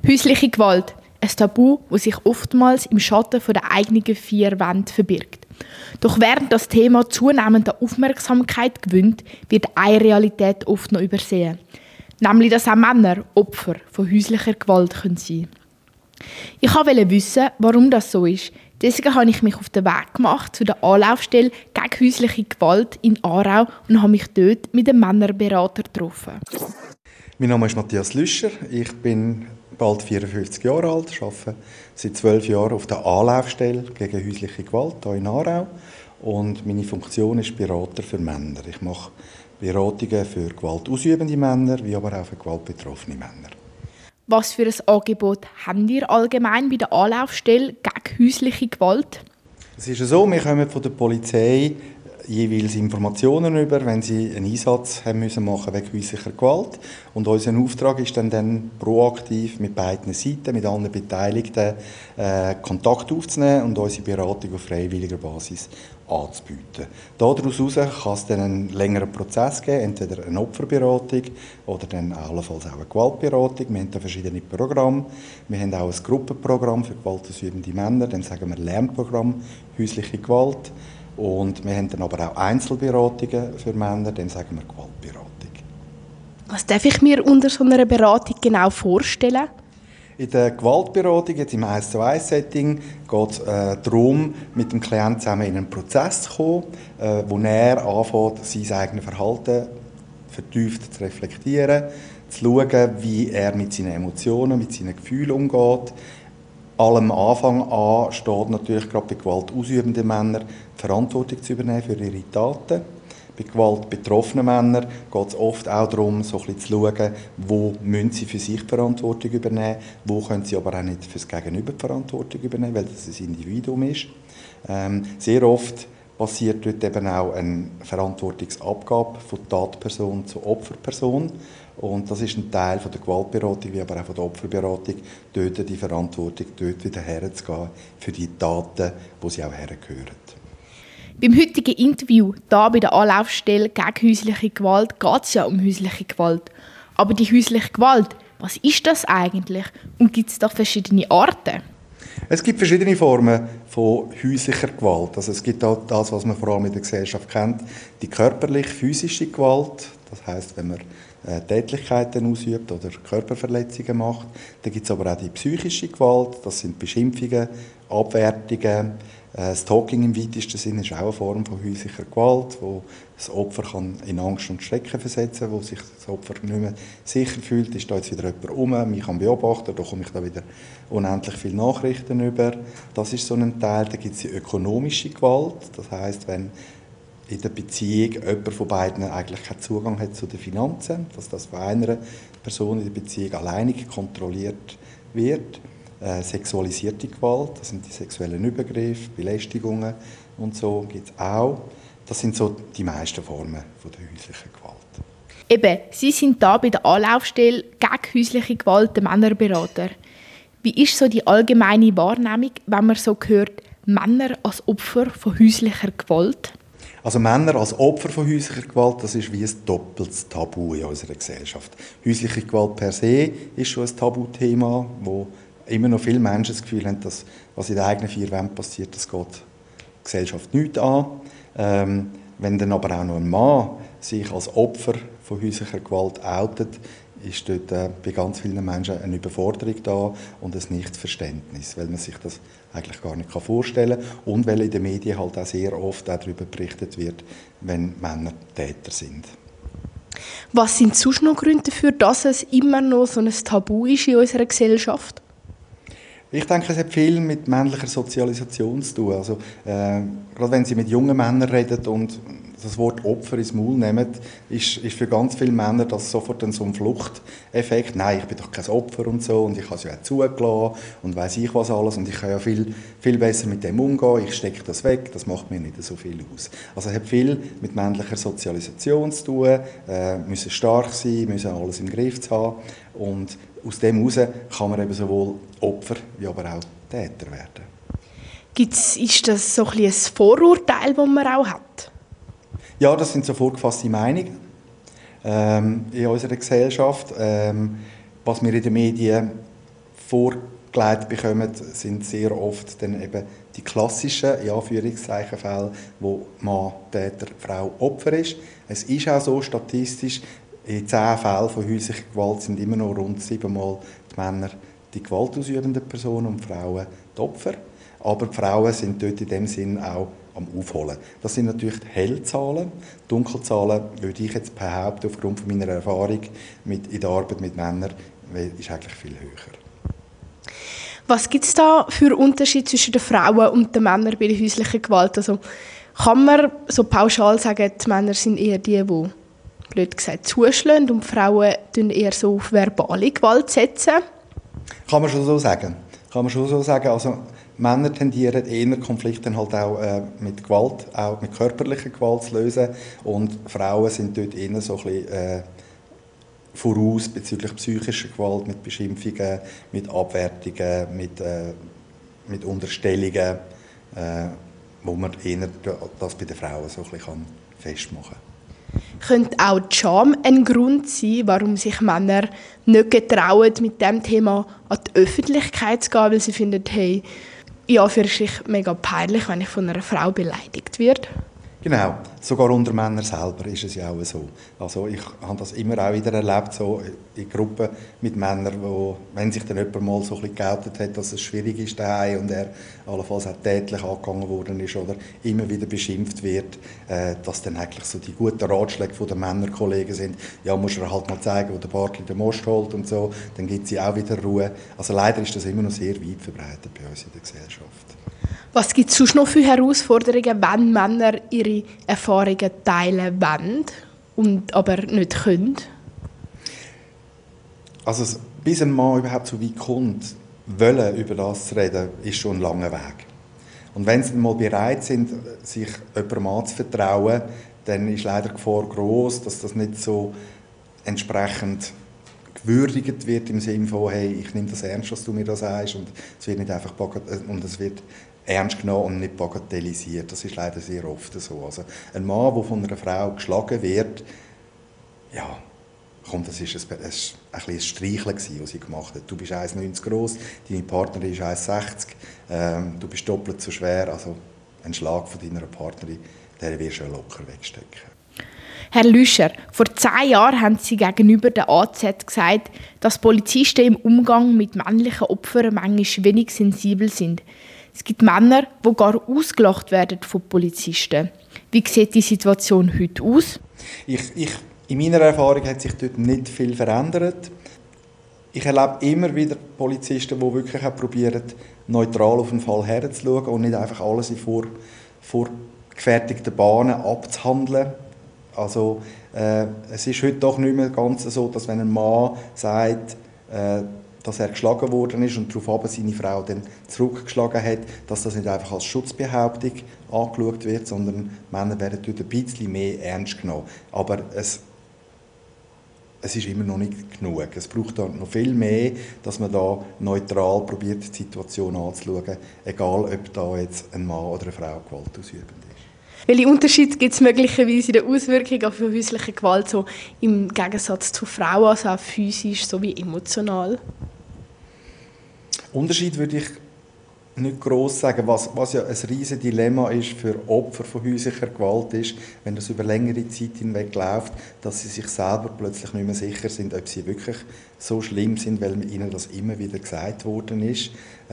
Häusliche Gewalt, ein Tabu, das sich oftmals im Schatten der eigenen vier Wände verbirgt. Doch während das Thema zunehmend an Aufmerksamkeit gewinnt, wird eine Realität oft noch übersehen. Nämlich, dass auch Männer Opfer von häuslicher Gewalt sein können. Ich wollte wissen, warum das so ist. Deswegen habe ich mich auf den Weg gemacht zu der Anlaufstelle gegen häusliche Gewalt in Aarau und habe mich dort mit einem Männerberater getroffen. Mein Name ist Matthias Lüscher, ich bin bald 54 Jahre alt, arbeite seit 12 Jahren auf der Anlaufstelle gegen häusliche Gewalt hier in Aarau und meine Funktion ist Berater für Männer. Ich mache Beratungen für gewaltausübende Männer, wie aber auch für gewaltbetroffene Männer. Was für ein Angebot habt ihr allgemein bei der Anlaufstelle gegen häusliche Gewalt? Es ist so, wir kommen von der Polizei jeweils Informationen über, wenn sie einen Einsatz haben müssen machen wegen häuslicher Gewalt. Und unser Auftrag ist dann proaktiv mit beiden Seiten, mit allen Beteiligten Kontakt aufzunehmen und unsere Beratung auf freiwilliger Basis anzubieten. Daraus kann es dann einen längeren Prozess geben, entweder eine Opferberatung oder dann allenfalls auch eine Gewaltberatung. Wir haben da verschiedene Programme. Wir haben auch ein Gruppenprogramm für gewaltausübende Männer, dann sagen wir Lernprogramm häusliche Gewalt. Und wir haben dann aber auch Einzelberatungen für Männer, dann sagen wir Gewaltberatung. Was darf ich mir unter so einer Beratung genau vorstellen? In der Gewaltberatung, jetzt im 1:1-Setting, geht es darum, mit dem Klienten zusammen in einen Prozess zu kommen, wo er anfängt, sein eigenes Verhalten vertieft zu reflektieren, zu schauen, wie er mit seinen Emotionen, mit seinen Gefühlen umgeht. Allem Anfang an steht natürlich gerade bei gewaltausübenden Männern die Verantwortung zu übernehmen für ihre Taten. Bei gewaltbetroffenen Männern geht es oft auch darum, so ein bisschen zu schauen, wo müssen sie für sich die Verantwortung übernehmen, wo können sie aber auch nicht für das Gegenüber die Verantwortung übernehmen, weil das ein Individuum ist. Sehr oft passiert dort eben auch eine Verantwortungsabgabe von Tatperson zu Opferperson. Und das ist ein Teil von der Gewaltberatung, wie aber auch von der Opferberatung, dort die Verantwortung dort wieder herzugehen für die Taten, wo sie auch hergehören. Beim heutigen Interview hier bei der Anlaufstelle gegen häusliche Gewalt geht es ja um häusliche Gewalt. Aber die häusliche Gewalt, was ist das eigentlich? Und gibt es da verschiedene Arten? Es gibt verschiedene Formen von häuslicher Gewalt. Also es gibt auch das, was man vor allem in der Gesellschaft kennt, die körperlich-physische Gewalt. Das heisst, wenn man Tätlichkeiten ausübt oder Körperverletzungen macht. Dann gibt es aber auch die psychische Gewalt. Das sind Beschimpfungen, Abwertungen. Stalking im weitesten Sinne ist auch eine Form von häuslicher Gewalt, wo das Opfer kann in Angst und Schrecken versetzen kann, wo sich das Opfer nicht mehr sicher fühlt. Ist da jetzt wieder jemand rum, mich kann beobachten, da komme ich da wieder unendlich viele Nachrichten über. Das ist so ein Teil. Dann gibt es die ökonomische Gewalt. Das heisst, wenn in der Beziehung jemand von beiden eigentlich keinen Zugang hat zu den Finanzen, dass das von einer Person in der Beziehung alleinig kontrolliert wird. Sexualisierte Gewalt, das sind die sexuellen Übergriffe, Belästigungen und so gibt es auch. Das sind so die meisten Formen von der häuslichen Gewalt. Eben, Sie sind da bei der Anlaufstelle gegen häusliche Gewalt der Männerberater. Wie ist so die allgemeine Wahrnehmung, wenn man so hört, Männer als Opfer von häuslicher Gewalt? Also Männer als Opfer von häuslicher Gewalt, das ist wie ein doppeltes Tabu in unserer Gesellschaft. Häusliche Gewalt per se ist schon ein Tabuthema, wo immer noch viele Menschen das Gefühl haben, dass was in den eigenen vier Wänden passiert, das geht die Gesellschaft nichts an. Wenn dann aber auch noch ein Mann sich als Opfer von häuslicher Gewalt outet, ist dort bei ganz vielen Menschen eine Überforderung da und ein Nichtverständnis, weil man sich das eigentlich gar nicht vorstellen kann und weil in den Medien halt auch sehr oft auch darüber berichtet wird, wenn Männer Täter sind. Was sind sonst noch Gründe dafür, dass es immer noch so ein Tabu ist in unserer Gesellschaft? Ich denke, es hat viel mit männlicher Sozialisation zu tun. Also, gerade wenn Sie mit jungen Männern reden und das Wort Opfer ins Maul nehmen, ist für ganz viele Männer das sofort so ein Fluchteffekt. Nein, ich bin doch kein Opfer und so und ich habe es ja auch zugelassen und weiss ich was alles und ich kann ja viel, viel besser mit dem umgehen, ich stecke das weg, das macht mir nicht so viel aus. Also es hat viel mit männlicher Sozialisation zu tun, müssen stark sein, müssen alles im Griff haben und aus dem heraus kann man eben sowohl Opfer wie aber auch Täter werden. Ist das so ein Vorurteil, das man auch hat? Ja, das sind so vorgefasste Meinungen in unserer Gesellschaft. Was wir in den Medien vorgelegt bekommen, sind sehr oft dann eben die klassischen, in Anführungszeichen, Fälle, wo Mann Täter, Frau Opfer ist. Es ist auch so statistisch, in 10 Fällen von häuslicher Gewalt sind immer noch rund 7-mal die Männer die gewaltausübenden Personen und die Frauen die Opfer. Aber die Frauen sind dort in dem Sinn auch am Aufholen. Das sind natürlich die Hellzahlen. Dunkelzahlen, würde ich jetzt behaupten, aufgrund von meiner Erfahrung in der Arbeit mit Männern, ist eigentlich viel höher. Was gibt es da für Unterschiede zwischen den Frauen und den Männern bei der häuslichen Gewalt? Also, kann man so pauschal sagen, die Männer sind eher die blöd gesagt, zuschlagen und die Frauen setzen eher so auf verbale Gewalt setzen? Kann man schon so sagen. Also, Männer tendieren eher Konflikte halt auch mit Gewalt, auch mit körperlicher Gewalt zu lösen. Und Frauen sind dort eher so ein bisschen voraus bezüglich psychischer Gewalt, mit Beschimpfungen, mit Abwertungen, mit Unterstellungen, wo man eher das bei den Frauen so ein bisschen festmachen kann. Könnte auch die Scham ein Grund sein, warum sich Männer nicht getrauen, mit diesem Thema an die Öffentlichkeit zu gehen, weil sie finden, hey, ja, für sich mega peinlich, wenn ich von einer Frau beleidigt werde? Genau, sogar unter Männern selber ist es ja auch so. Also ich habe das immer auch wieder erlebt, so in Gruppen mit Männern, wo, wenn sich dann jemand mal so ein bisschen geoutet hat, dass es schwierig ist daheim und er allenfalls auch tätlich angegangen worden ist oder immer wieder beschimpft wird, dass dann eigentlich so die guten Ratschläge von den Männerkollegen sind, ja, muss er halt mal zeigen, wo der Bartli den Most holt und so, dann gibt sie auch wieder Ruhe. Also leider ist das immer noch sehr weit verbreitet bei uns in der Gesellschaft. Was gibt es sonst noch für Herausforderungen, wenn Männer ihre Erfahrungen teilen wollen und aber nicht können? Also bis ein Mann überhaupt so weit kommt, wollen über das zu reden, ist schon ein langer Weg. Und wenn sie mal bereit sind, sich jemandem anzuvertrauen, dann ist leider die Gefahr gross, dass das nicht so entsprechend gewürdigt wird im Sinne von, hey, ich nehme das ernst, was du mir da sagst, und es wird nicht einfach und es wird ernst genommen und nicht bagatellisiert. Das ist leider sehr oft so. Also ein Mann, der von einer Frau geschlagen wird, ja, komm, das war ein Streicheln, das sie gemacht hat. Du bist 1,90 groß, deine Partnerin ist 1,60, du bist doppelt so schwer, also ein Schlag von deiner Partnerin, den wirst du ja locker wegstecken. Herr Lüscher, vor 10 Jahren haben Sie gegenüber der AZ gesagt, dass Polizisten im Umgang mit männlichen Opfern manchmal wenig sensibel sind. Es gibt Männer, die gar ausgelacht werden von Polizisten. Wie sieht die Situation heute aus? In meiner Erfahrung hat sich dort nicht viel verändert. Ich erlebe immer wieder Polizisten, die wirklich auch probieren, neutral auf den Fall herzuschauen und nicht einfach alles in vorgefertigten Bahnen abzuhandeln. Also, es ist heute doch nicht mehr ganz so, dass wenn ein Mann sagt, dass er geschlagen worden ist und daraufhin seine Frau dann zurückgeschlagen hat, dass das nicht einfach als Schutzbehauptung angeschaut wird, sondern Männer werden dort ein bisschen mehr ernst genommen. Aber es ist immer noch nicht genug. Es braucht da noch viel mehr, dass man da neutral probiert, die Situation anzuschauen, egal ob da jetzt ein Mann oder eine Frau Gewalt ausübend ist. Welche Unterschiede gibt es möglicherweise in der Auswirkung von häuslicher Gewalt so im Gegensatz zu Frauen, also auch physisch sowie emotional? Unterschied würde ich nicht gross sagen. Was ja ein riesiges Dilemma ist für Opfer von häuslicher Gewalt ist, wenn das über längere Zeit hinweg läuft, dass sie sich selber plötzlich nicht mehr sicher sind, ob sie wirklich so schlimm sind, weil ihnen das immer wieder gesagt worden ist.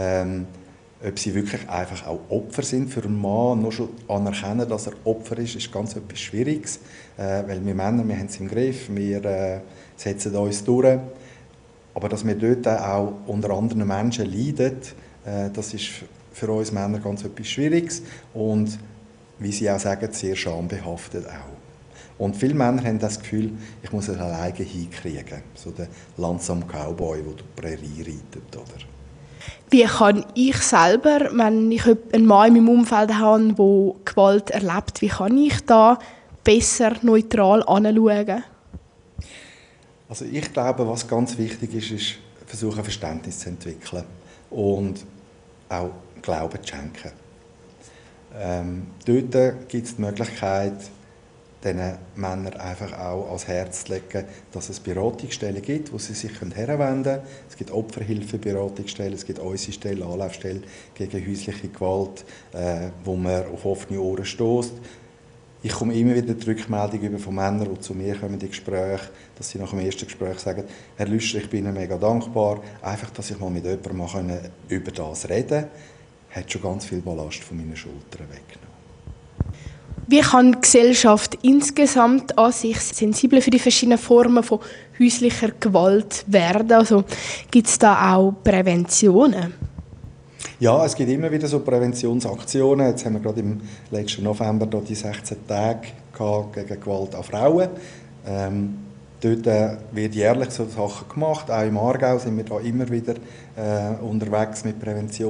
Ob sie wirklich einfach auch Opfer sind. Für einen Mann nur schon anerkennen, dass er Opfer ist ganz etwas Schwieriges. Weil wir Männer, wir haben es im Griff, wir setzen uns durch. Aber dass wir dort auch unter anderen Menschen leiden, das ist für uns Männer ganz etwas Schwieriges und, wie sie auch sagen, sehr schambehaftet auch. Und viele Männer haben das Gefühl, ich muss es alleine hinkriegen. So der langsame Cowboy, der durch die Prärie reitet. Oder? Wie kann ich selber, wenn ich einen Mann in meinem Umfeld habe, der Gewalt erlebt, wie kann ich da besser neutral hinschauen? Also ich glaube, was ganz wichtig ist versuchen, Verständnis zu entwickeln und auch Glauben zu schenken. Dort gibt es die Möglichkeit, diesen Männern einfach auch ans Herz zu legen, dass es Beratungsstellen gibt, wo sie sich herwenden können. Es gibt Opferhilfe-Beratungsstellen, es gibt unsere Stelle, Anlaufstelle gegen häusliche Gewalt, wo man auf offene Ohren stößt. Ich komme immer wieder die Rückmeldung über von Männern, die zu mir kommen in Gespräch, dass sie nach dem ersten Gespräch sagen, Herr Lüscher, ich bin Ihnen mega dankbar, einfach, dass ich mal mit jemandem über das reden konnte, hat schon ganz viel Ballast von meinen Schultern weggenommen. Wie kann die Gesellschaft insgesamt an sich sensibler für die verschiedenen Formen von häuslicher Gewalt werden? Also, gibt es da auch Präventionen? Ja, es gibt immer wieder so Präventionsaktionen. Jetzt haben wir gerade im letzten November da die 16 Tage gegen Gewalt an Frauen. Dort wird jährlich so Sachen gemacht. Auch im Aargau sind wir da immer wieder unterwegs mit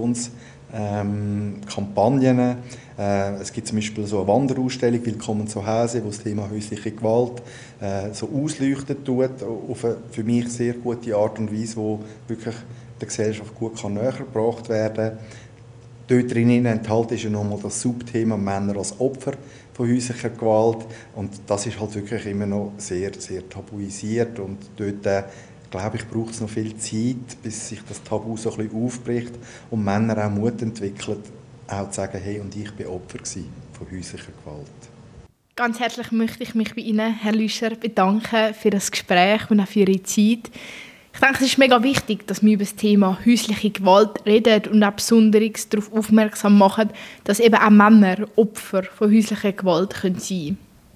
Präventionskampagnen. Es gibt zum Beispiel so eine Wanderausstellung «Willkommen zu Hause», wo das Thema häusliche Gewalt so ausleuchtet tut, auf eine für mich sehr gute Art und Weise, wo wirklich der Gesellschaft gut näher gebracht werden kann. Dort drin enthalten ist ja nochmal das Subthema Männer als Opfer von häuslicher Gewalt. Und das ist halt wirklich immer noch sehr, sehr tabuisiert. Und dort, glaube ich, braucht es noch viel Zeit, bis sich das Tabu so ein bisschen aufbricht und Männer auch Mut entwickeln, auch zu sagen, hey, und ich war Opfer von häuslicher Gewalt. Ganz herzlich möchte ich mich bei Ihnen, Herr Lüscher, bedanken für das Gespräch und auch für Ihre Zeit. Ich denke, es ist mega wichtig, dass wir über das Thema häusliche Gewalt reden und auch besonders darauf aufmerksam machen, dass eben auch Männer Opfer von häuslicher Gewalt sein können.